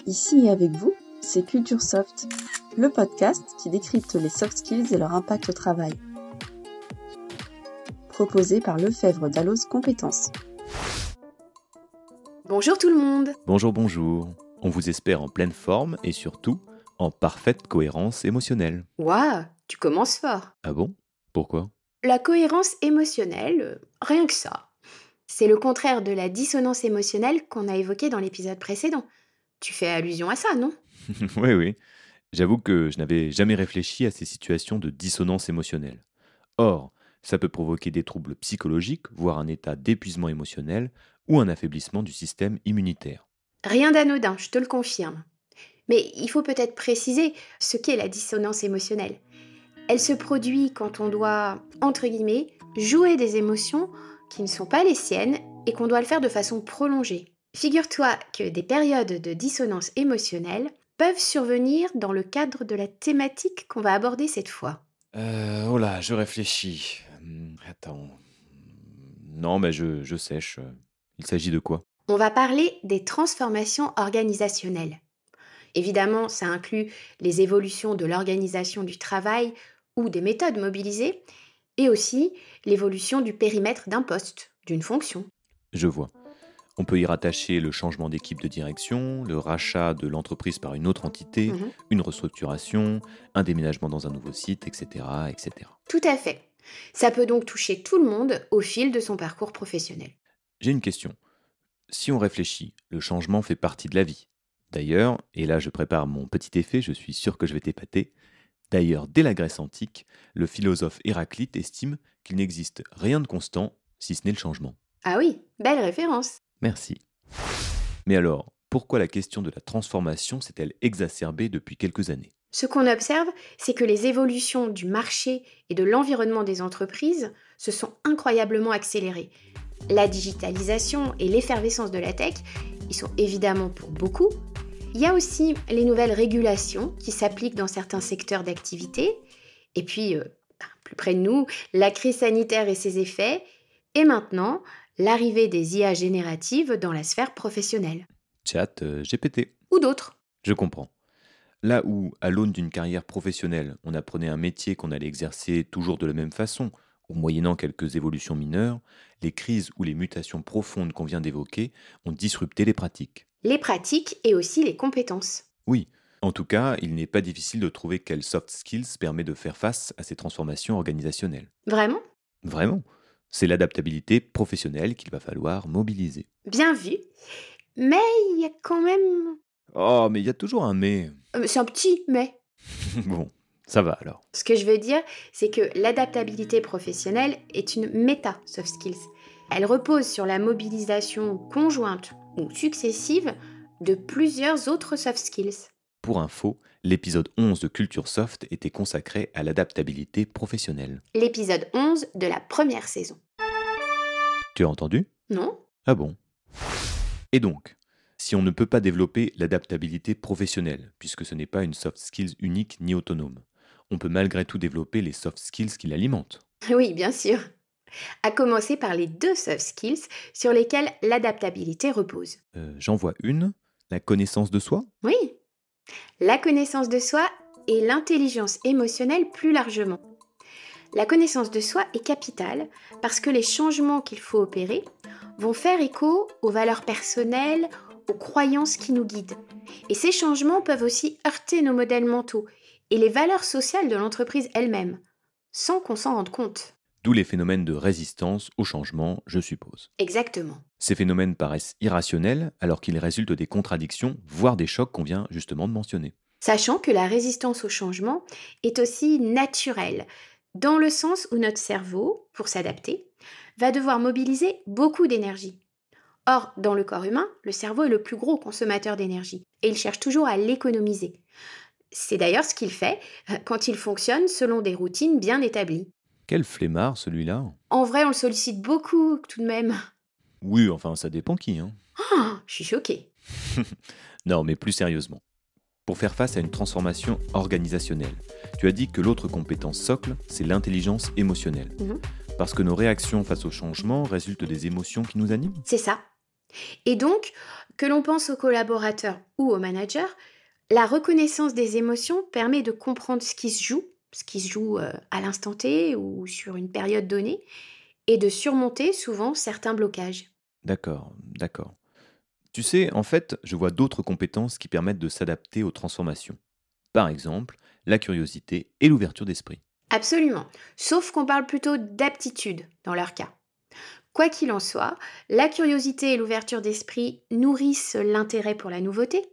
Ici et avec vous, c'est Culture Soft, le podcast qui décrypte les soft skills et leur impact au travail. Proposé par Lefebvre Dalloz Compétences. Bonjour tout le monde. Bonjour. On vous espère en pleine forme et surtout en parfaite cohérence émotionnelle. Waouh, tu commences fort. Ah bon ? Pourquoi ? La cohérence émotionnelle, rien que ça. C'est le contraire de la dissonance émotionnelle qu'on a évoquée dans l'épisode précédent. Tu fais allusion à ça, non ? Oui. J'avoue que je n'avais jamais réfléchi à ces situations de dissonance émotionnelle. Or, ça peut provoquer des troubles psychologiques, voire un état d'épuisement émotionnel ou un affaiblissement du système immunitaire. Rien d'anodin, je te le confirme. Mais il faut peut-être préciser ce qu'est la dissonance émotionnelle. Elle se produit quand on doit, entre guillemets, jouer des émotions qui ne sont pas les siennes et qu'on doit le faire de façon prolongée. Figure-toi que des périodes de dissonance émotionnelle peuvent survenir dans le cadre de la thématique qu'on va aborder cette fois. Je réfléchis. Attends. Non, mais je sèche. Il s'agit de quoi ? On va parler des transformations organisationnelles. Évidemment, ça inclut les évolutions de l'organisation du travail ou des méthodes mobilisées, et aussi l'évolution du périmètre d'un poste, d'une fonction. Je vois. On peut y rattacher le changement d'équipe de direction, le rachat de l'entreprise par une autre entité, une restructuration, un déménagement dans un nouveau site, etc., etc. Tout à fait. Ça peut donc toucher tout le monde au fil de son parcours professionnel. J'ai une question. Si on réfléchit, le changement fait partie de la vie. D'ailleurs, et là je prépare mon petit effet, je suis sûr que je vais t'épater. D'ailleurs, dès la Grèce antique, le philosophe Héraclite estime qu'il n'existe rien de constant si ce n'est le changement. Ah oui, belle référence. Merci. Mais alors, pourquoi la question de la transformation s'est-elle exacerbée depuis quelques années ? Ce qu'on observe, c'est que les évolutions du marché et de l'environnement des entreprises se sont incroyablement accélérées. La digitalisation et l'effervescence de la tech, ils sont évidemment pour beaucoup. Il y a aussi les nouvelles régulations qui s'appliquent dans certains secteurs d'activité. Et puis, plus près de nous, la crise sanitaire et ses effets. Et maintenant, l'arrivée des IA génératives dans la sphère professionnelle. Chat, GPT. Ou d'autres. Je comprends. Là où, à l'aune d'une carrière professionnelle, on apprenait un métier qu'on allait exercer toujours de la même façon, ou moyennant quelques évolutions mineures, les crises ou les mutations profondes qu'on vient d'évoquer ont disrupté les pratiques. Les pratiques et aussi les compétences. Oui, en tout cas, il n'est pas difficile de trouver quel soft skills permet de faire face à ces transformations organisationnelles. Vraiment ? Vraiment. C'est l'adaptabilité professionnelle qu'il va falloir mobiliser. Bien vu. Mais il y a quand même... Oh, mais il y a toujours un mais. C'est un petit mais. Bon, ça va alors. Ce que je veux dire, c'est que l'adaptabilité professionnelle est une méta-soft skills. Elle repose sur la mobilisation conjointe ou successive de plusieurs autres soft skills. Pour info, l'épisode 11 de Culture Soft était consacré à l'adaptabilité professionnelle. L'épisode 11 de la première saison. Tu as entendu ? Non ? Ah bon ? Et donc, si on ne peut pas développer l'adaptabilité professionnelle, puisque ce n'est pas une soft skills unique ni autonome, on peut malgré tout développer les soft skills qui l'alimentent. Oui, bien sûr. À commencer par les deux soft skills sur lesquels l'adaptabilité repose. J'en vois une, la connaissance de soi. Oui, la connaissance de soi et l'intelligence émotionnelle plus largement. La connaissance de soi est capitale parce que les changements qu'il faut opérer vont faire écho aux valeurs personnelles, aux croyances qui nous guident. Et ces changements peuvent aussi heurter nos modèles mentaux et les valeurs sociales de l'entreprise elle-même, sans qu'on s'en rende compte. D'où les phénomènes de résistance au changement, je suppose. Exactement. Ces phénomènes paraissent irrationnels alors qu'ils résultent des contradictions, voire des chocs qu'on vient justement de mentionner. Sachant que la résistance au changement est aussi naturelle, dans le sens où notre cerveau, pour s'adapter, va devoir mobiliser beaucoup d'énergie. Or, dans le corps humain, le cerveau est le plus gros consommateur d'énergie et il cherche toujours à l'économiser. C'est d'ailleurs ce qu'il fait quand il fonctionne selon des routines bien établies. Quel flemmard celui-là. En vrai, on le sollicite beaucoup tout de même. Oui, enfin ça dépend qui, hein. Oh, je suis choquée. Non, mais plus sérieusement. Pour faire face à une transformation organisationnelle, tu as dit que l'autre compétence socle, c'est l'intelligence émotionnelle. Parce que nos réactions face au changement résultent des émotions qui nous animent ? C'est ça. Et donc, Que l'on pense aux collaborateurs ou aux managers, la reconnaissance des émotions permet de comprendre ce qui se joue à l'instant T ou sur une période donnée, et de surmonter souvent certains blocages. D'accord, d'accord. Tu sais, en fait, je vois d'autres compétences qui permettent de s'adapter aux transformations. Par exemple, la curiosité et l'ouverture d'esprit. Absolument, sauf qu'on parle plutôt d'aptitude dans leur cas. Quoi qu'il en soit, la curiosité et l'ouverture d'esprit nourrissent l'intérêt pour la nouveauté,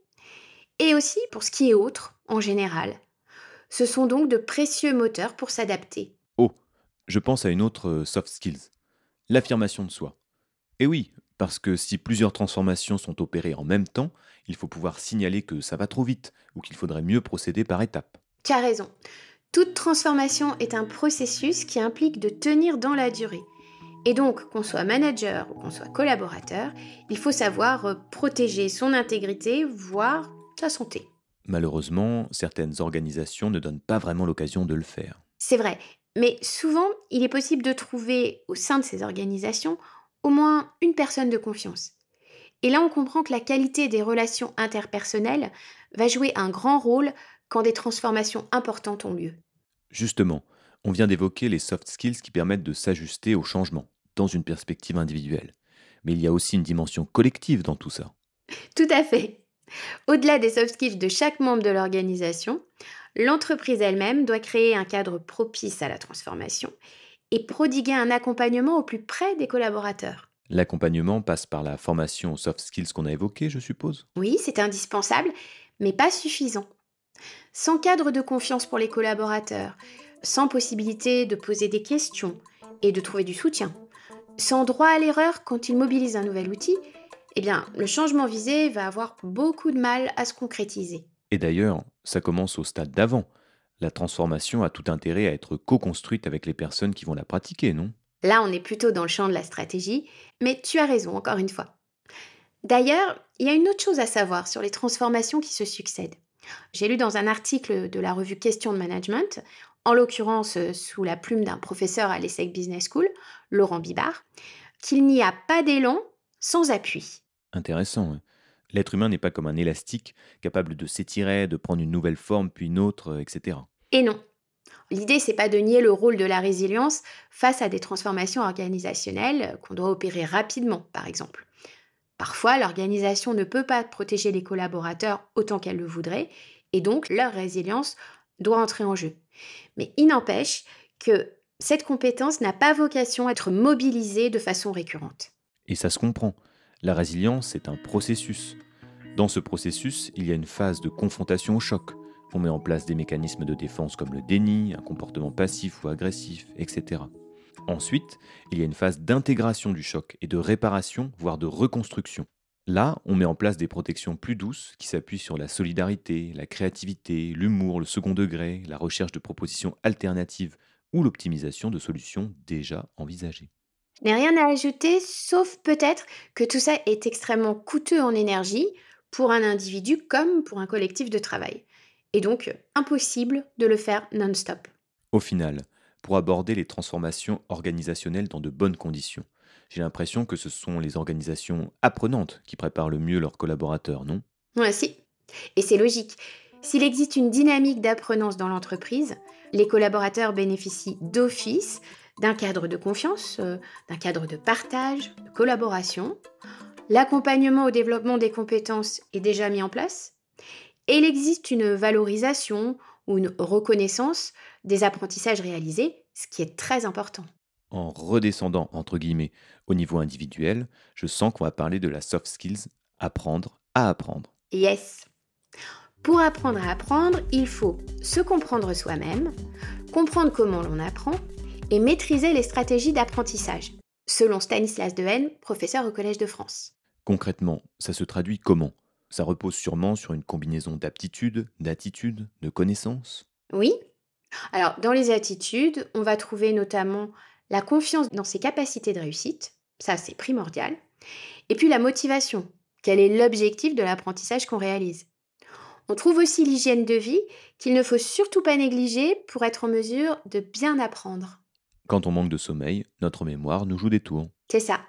et aussi pour ce qui est autre en général. Ce sont donc de précieux moteurs pour s'adapter. Oh, je pense à une autre soft skills, l'affirmation de soi. Et oui, parce que si plusieurs transformations sont opérées en même temps, il faut pouvoir signaler que ça va trop vite ou qu'il faudrait mieux procéder par étapes. Tu as raison. Toute transformation est un processus qui implique de tenir dans la durée. Et donc, qu'on soit manager ou qu'on soit collaborateur, il faut savoir protéger son intégrité, voire sa santé. Malheureusement, certaines organisations ne donnent pas vraiment l'occasion de le faire. C'est vrai, mais souvent, il est possible de trouver au sein de ces organisations au moins une personne de confiance. Et là, on comprend que la qualité des relations interpersonnelles va jouer un grand rôle quand des transformations importantes ont lieu. Justement, on vient d'évoquer les soft skills qui permettent de s'ajuster au changement, dans une perspective individuelle. Mais il y a aussi une dimension collective dans tout ça. Tout à fait. Au-delà des soft skills de chaque membre de l'organisation, l'entreprise elle-même doit créer un cadre propice à la transformation et prodiguer un accompagnement au plus près des collaborateurs. L'accompagnement passe par la formation aux soft skills qu'on a évoquées, je suppose. Oui, c'est indispensable, mais pas suffisant. Sans cadre de confiance pour les collaborateurs, sans possibilité de poser des questions et de trouver du soutien, sans droit à l'erreur quand ils mobilisent un nouvel outil, eh bien, le changement visé va avoir beaucoup de mal à se concrétiser. Et d'ailleurs, ça commence au stade d'avant. La transformation a tout intérêt à être co-construite avec les personnes qui vont la pratiquer, non? Là, on est plutôt dans le champ de la stratégie, mais tu as raison, encore une fois. D'ailleurs, il y a une autre chose à savoir sur les transformations qui se succèdent. J'ai lu dans un article de la revue Questions de Management, en l'occurrence sous la plume d'un professeur à l'ESSEC Business School, Laurent Bibard, qu'il n'y a pas d'élan sans appui. Intéressant, ouais. L'être humain n'est pas comme un élastique capable de s'étirer, de prendre une nouvelle forme, puis une autre, etc. Et non, l'idée, c'est pas de nier le rôle de la résilience face à des transformations organisationnelles qu'on doit opérer rapidement, par exemple. Parfois, l'organisation ne peut pas protéger les collaborateurs autant qu'elle le voudrait, et donc leur résilience doit entrer en jeu. Mais il n'empêche que cette compétence n'a pas vocation à être mobilisée de façon récurrente. Et ça se comprend. La résilience, c'est un processus. Dans ce processus, il y a une phase de confrontation au choc. On met en place des mécanismes de défense comme le déni, un comportement passif ou agressif, etc. Ensuite, il y a une phase d'intégration du choc et de réparation, voire de reconstruction. Là, on met en place des protections plus douces qui s'appuient sur la solidarité, la créativité, l'humour, le second degré, la recherche de propositions alternatives ou l'optimisation de solutions déjà envisagées. Je n'ai rien à ajouter, sauf peut-être que tout ça est extrêmement coûteux en énergie pour un individu comme pour un collectif de travail. Et donc, impossible de le faire non-stop. Au final, pour aborder les transformations organisationnelles dans de bonnes conditions, j'ai l'impression que ce sont les organisations apprenantes qui préparent le mieux leurs collaborateurs, non? Ouais, si. Et c'est logique. S'il existe une dynamique d'apprenance dans l'entreprise, les collaborateurs bénéficient d'office d'un cadre de confiance, d'un cadre de partage, de collaboration. L'accompagnement au développement des compétences est déjà mis en place. Et il existe une valorisation ou une reconnaissance des apprentissages réalisés, ce qui est très important. En redescendant, entre guillemets, au niveau individuel, je sens qu'on va parler de la soft skills, apprendre à apprendre. Yes. Pour apprendre à apprendre, il faut se comprendre soi-même, comprendre comment l'on apprend et maîtriser les stratégies d'apprentissage, selon Stanislas Dehaene, professeur au Collège de France. Concrètement, ça se traduit comment? Ça repose sûrement sur une combinaison d'aptitudes, d'attitudes, de connaissances. Oui. Alors, dans les attitudes, on va trouver notamment la confiance dans ses capacités de réussite, ça c'est primordial, et puis la motivation, quel est l'objectif de l'apprentissage qu'on réalise. On trouve aussi l'hygiène de vie qu'il ne faut surtout pas négliger pour être en mesure de bien apprendre. Quand on manque de sommeil, notre mémoire nous joue des tours. C'est ça.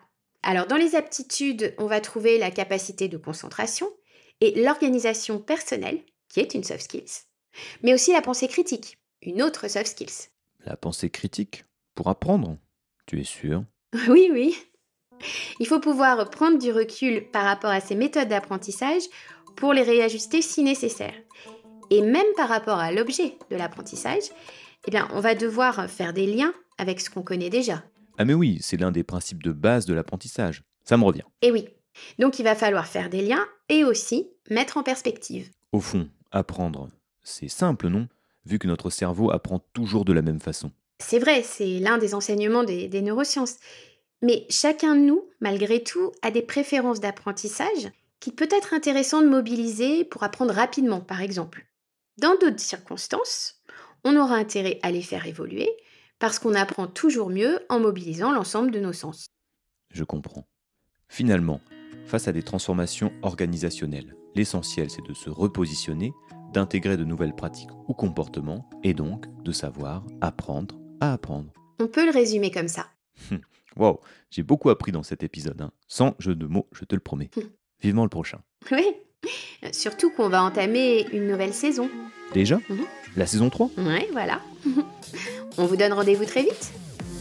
Alors, dans les aptitudes, on va trouver la capacité de concentration et l'organisation personnelle, qui est une soft skills, mais aussi la pensée critique, une autre soft skills. La pensée critique pour apprendre, tu es sûr? Oui, oui. Il faut pouvoir prendre du recul par rapport à ces méthodes d'apprentissage pour les réajuster si nécessaire. Et même par rapport à l'objet de l'apprentissage, on va devoir faire des liens avec ce qu'on connaît déjà. Ah mais oui, c'est l'un des principes de base de l'apprentissage. Ça me revient. Et oui. Donc il va falloir faire des liens et aussi mettre en perspective. Au fond, apprendre, c'est simple, non? Vu que notre cerveau apprend toujours de la même façon. C'est vrai, c'est l'un des enseignements des neurosciences. Mais chacun de nous, malgré tout, a des préférences d'apprentissage qu'il peut être intéressant de mobiliser pour apprendre rapidement, par exemple. Dans d'autres circonstances, on aura intérêt à les faire évoluer parce qu'on apprend toujours mieux en mobilisant l'ensemble de nos sens. Je comprends. Finalement, face à des transformations organisationnelles, l'essentiel c'est de se repositionner, d'intégrer de nouvelles pratiques ou comportements et donc de savoir apprendre à apprendre. On peut le résumer comme ça. Wow, j'ai beaucoup appris dans cet épisode, sans jeu de mots, je te le promets. Vivement le prochain. Oui, surtout qu'on va entamer une nouvelle saison. Déjà? La saison 3? Ouais, voilà. On vous donne rendez-vous très vite.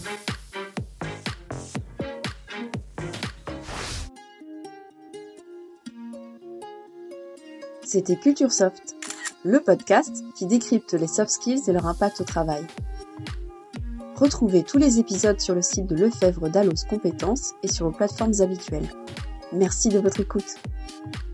C'était Culture Soft, le podcast qui décrypte les soft skills et leur impact au travail. Retrouvez tous les épisodes sur le site de Lefebvre Dalloz Compétences et sur vos plateformes habituelles. Merci de votre écoute.